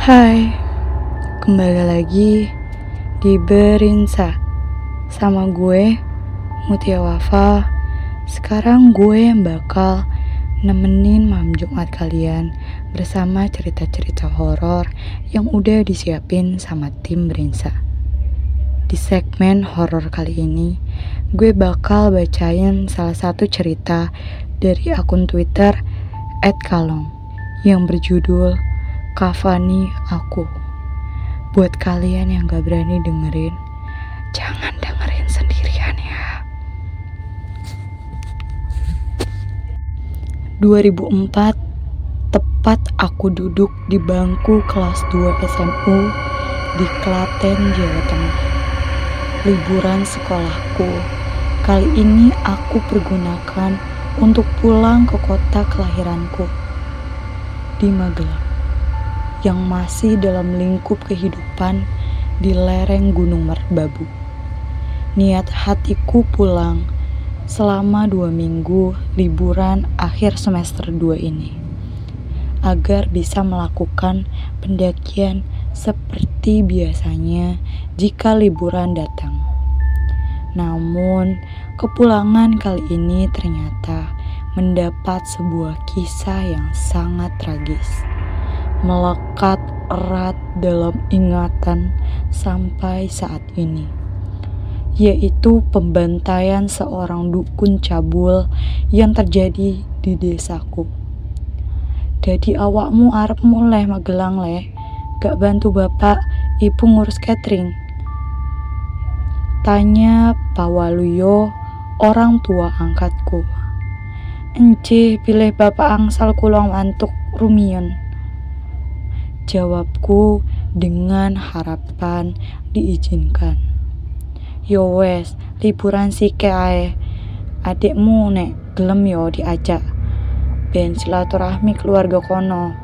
Hai, kembali lagi di Berinsa sama gue, Mutia Wafa. Sekarang gue yang bakal nemenin malam Jumat kalian bersama cerita-cerita horor yang udah disiapin sama tim Berinsa. Di segmen horor kali ini, gue bakal bacain salah satu cerita dari akun Twitter @kalong yang berjudul Kafani Aku. Buat kalian yang gak berani dengerin, jangan dengerin sendirian ya. 2004, tepat aku duduk di bangku kelas 2 SMU di Klaten, Jawa Tengah. Liburan sekolahku. Kali ini aku pergunakan untuk pulang ke kota kelahiranku di Magelang, yang masih dalam lingkup kehidupan di lereng Gunung Merbabu. Niat hatiku pulang selama 2 minggu liburan akhir semester 2 ini, agar bisa melakukan pendakian seperti biasanya jika liburan datang. Namun, kepulangan kali ini ternyata mendapat sebuah kisah yang sangat tragis, melekat erat dalam ingatan sampai saat ini, yaitu pembantaian seorang dukun cabul yang terjadi di desaku. Jadi awakmu arep mulai Magelang le, gak bantu bapak ibu ngurus catering? Tanya Pak Waluyo, orang tua angkatku. Encih pilih bapak angsal kula mantuk rumiyin, jawabku dengan harapan diizinkan. Yo wes, liburan sike ae. Adikmu nek gelem yo diajak. Ben silaturahmi keluarga kono.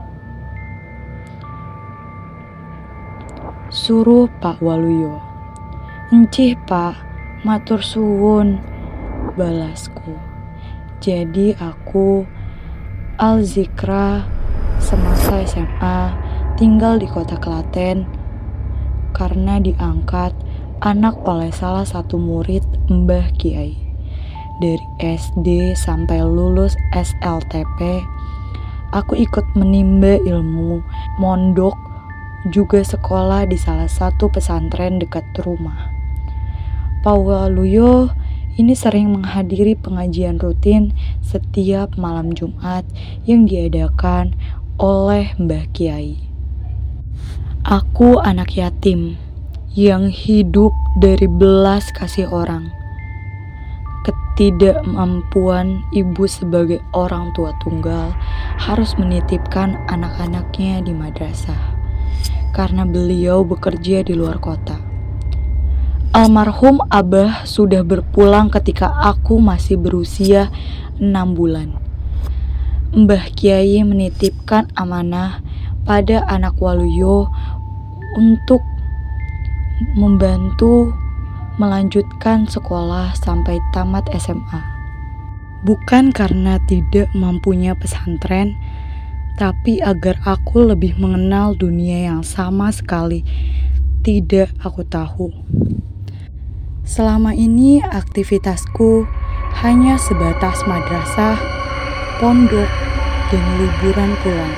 Suruh Pak Waluyo. Encih Pak, matur suwun, balasku. Jadi aku Al-Zikra semasa SMA tinggal di kota Klaten karena diangkat anak oleh salah satu murid Mbah Kiai. Dari SD sampai lulus SLTP, aku ikut menimba ilmu, mondok, juga sekolah di salah satu pesantren dekat rumah. Pak Waluyo ini sering menghadiri pengajian rutin setiap malam Jumat yang diadakan oleh Mbah Kiai. Aku anak yatim yang hidup dari belas kasih orang. Ketidakmampuan ibu sebagai orang tua tunggal harus menitipkan anak-anaknya di madrasah karena beliau bekerja di luar kota. Almarhum Abah sudah berpulang ketika aku masih berusia 6 bulan. Mbah Kiai menitipkan amanah pada anak Waluyo untuk membantu melanjutkan sekolah sampai tamat SMA. Bukan karena tidak mampunya pesantren, tapi agar aku lebih mengenal dunia yang sama sekali tidak aku tahu. Selama ini aktivitasku hanya sebatas madrasah, pondok, dan liburan pulang.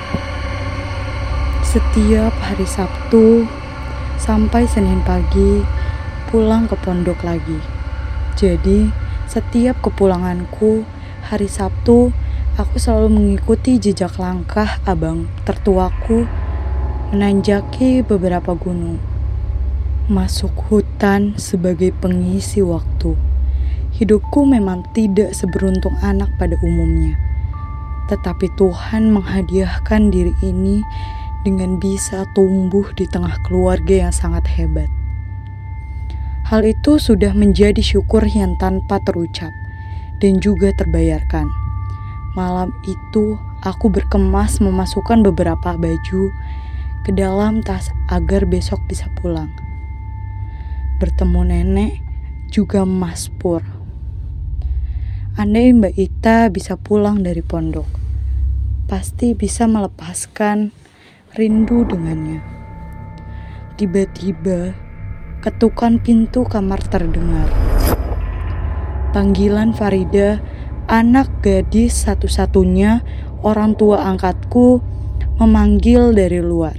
Setiap hari Sabtu sampai Senin pagi pulang ke pondok lagi. Jadi setiap kepulanganku hari Sabtu, aku selalu mengikuti jejak langkah abang tertuaku menanjaki beberapa gunung, masuk hutan sebagai pengisi waktu. Hidupku memang tidak seberuntung anak pada umumnya, tetapi Tuhan menghadiahkan diri ini dengan bisa tumbuh di tengah keluarga yang sangat hebat. Hal itu sudah menjadi syukur yang tanpa terucap dan juga terbayarkan. Malam itu aku berkemas memasukkan beberapa baju ke dalam tas agar besok bisa pulang. Bertemu nenek juga Mas Pur. Andai Mbak Ita bisa pulang dari pondok, pasti bisa melepaskan rindu dengannya. Tiba-tiba, ketukan pintu kamar terdengar. Panggilan Farida, anak gadis satu-satunya orang tua angkatku, memanggil dari luar.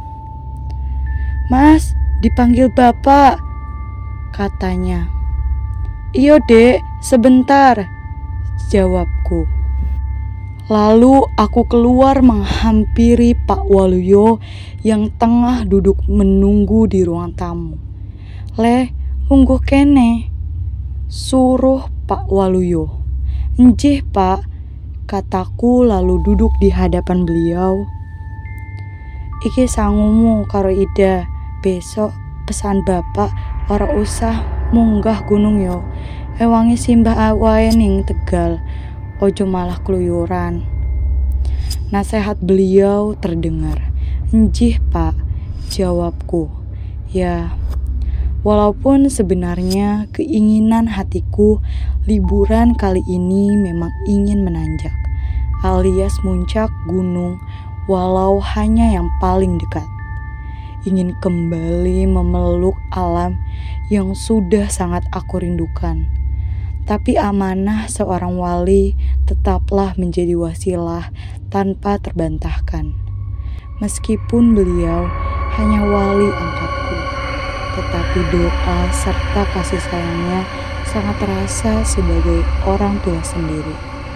"Mas, dipanggil bapak," katanya. "Iyo dek, sebentar," jawabku. Lalu aku keluar menghampiri Pak Waluyo yang tengah duduk menunggu di ruang tamu. "Le, lungguh kene," suruh Pak Waluyo. "Njih Pak," kataku lalu duduk di hadapan beliau. "Iki sangumu karo Ida, besok pesan bapak ora usah munggah gunung yo. Ewangi simbah wae ning Tegal, ojo malah keluyuran." Nasihat beliau terdengar. "Njih Pak," jawabku. Ya, walaupun sebenarnya keinginan hatiku liburan kali ini memang ingin menanjak, alias muncak gunung walau hanya yang paling dekat. Ingin kembali memeluk alam yang sudah sangat aku rindukan. Tapi amanah seorang wali tetaplah menjadi wasilah tanpa terbantahkan. Meskipun beliau hanya wali angkatku, tetapi doa serta kasih sayangnya sangat terasa sebagai orang tua sendiri.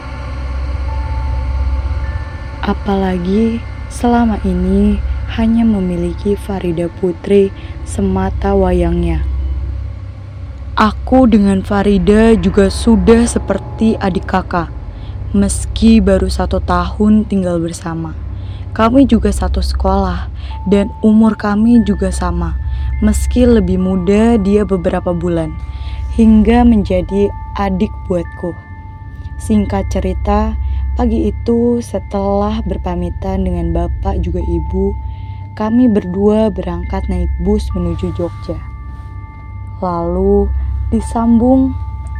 Apalagi selama ini hanya memiliki Farida Putri semata wayangnya. Aku dengan Farida juga sudah seperti adik kakak. Meski baru 1 tahun tinggal bersama, kami juga satu sekolah dan umur kami juga sama. Meski lebih muda dia beberapa bulan, hingga menjadi adik buatku. Singkat cerita, pagi itu setelah berpamitan dengan bapak juga ibu, kami berdua berangkat naik bus menuju Jogja. Lalu disambung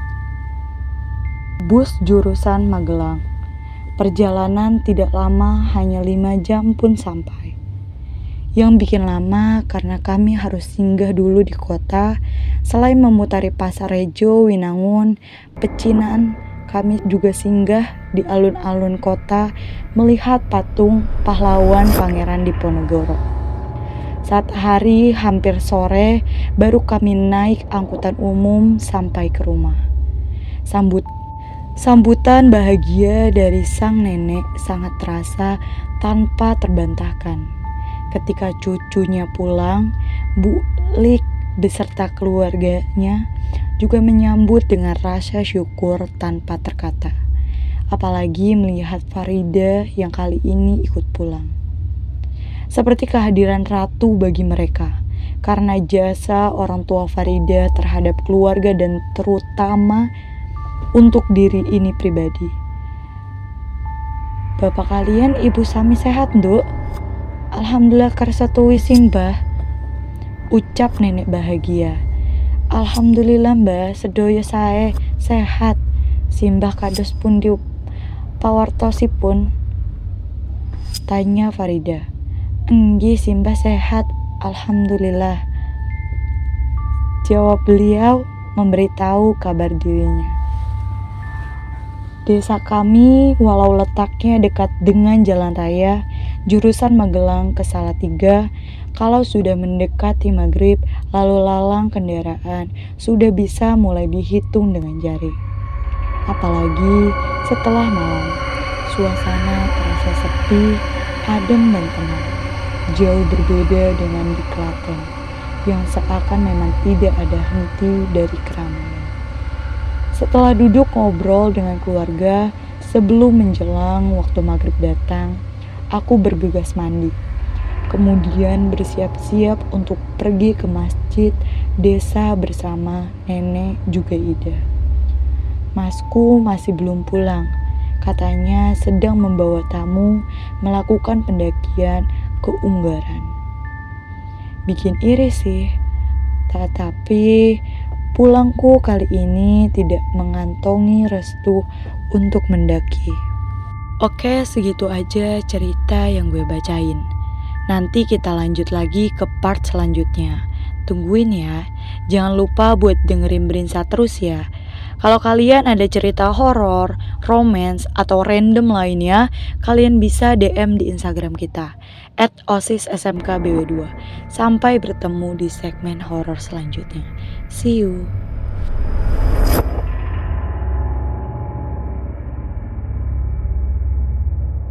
bus jurusan Magelang. Perjalanan tidak lama, hanya 5 jam pun sampai. Yang bikin lama karena kami harus singgah dulu di kota. Selain memutari Pasar Rejo, Winangun, Pecinan, kami juga singgah di alun-alun kota melihat patung pahlawan Pangeran Diponegoro. Saat hari hampir sore, baru kami naik angkutan umum sampai ke rumah. Sambutan bahagia dari sang nenek sangat terasa tanpa terbantahkan. Ketika cucunya pulang, Bu Lik beserta keluarganya juga menyambut dengan rasa syukur tanpa terkata. Apalagi melihat Farida yang kali ini ikut pulang. Seperti kehadiran ratu bagi mereka, karena jasa orang tua Farida terhadap keluarga dan terutama untuk diri ini pribadi. "Bapak kalian Ibu Sami sehat, Nduk?" "Alhamdulillah karsa tuwi simbah," ucap nenek bahagia. "Alhamdulillah mbah, sedoyo sae sehat. Simbah kados pundi pawartosipun?" tanya Farida. "Enggih simbah sehat, alhamdulillah," jawab beliau memberitahu kabar dirinya. Desa kami walau letaknya dekat dengan jalan raya jurusan Magelang ke Salatiga, kalau sudah mendekati maghrib lalu lalang kendaraan sudah bisa mulai dihitung dengan jari. Apalagi setelah malam, suasana terasa sepi, adem dan tenang. Jauh berbeda dengan di Klaten yang seakan memang tidak ada henti dari keramaian. Setelah duduk ngobrol dengan keluarga sebelum menjelang waktu maghrib datang, aku bergegas mandi. Kemudian bersiap-siap untuk pergi ke masjid desa bersama nenek juga Ida. Masku masih belum pulang. Katanya sedang membawa tamu melakukan pendakian ke Unggaran. Bikin iri sih, tetapi pulangku kali ini tidak mengantongi restu untuk mendaki. Oke, segitu aja cerita yang gue bacain. Nanti kita lanjut lagi ke part selanjutnya. Tungguin ya. Jangan lupa buat dengerin Berinsa terus ya. Kalau kalian ada cerita horor, romance, atau random lainnya, kalian bisa DM di Instagram kita @osissmkbw2. Sampai bertemu di segmen horor selanjutnya. See you.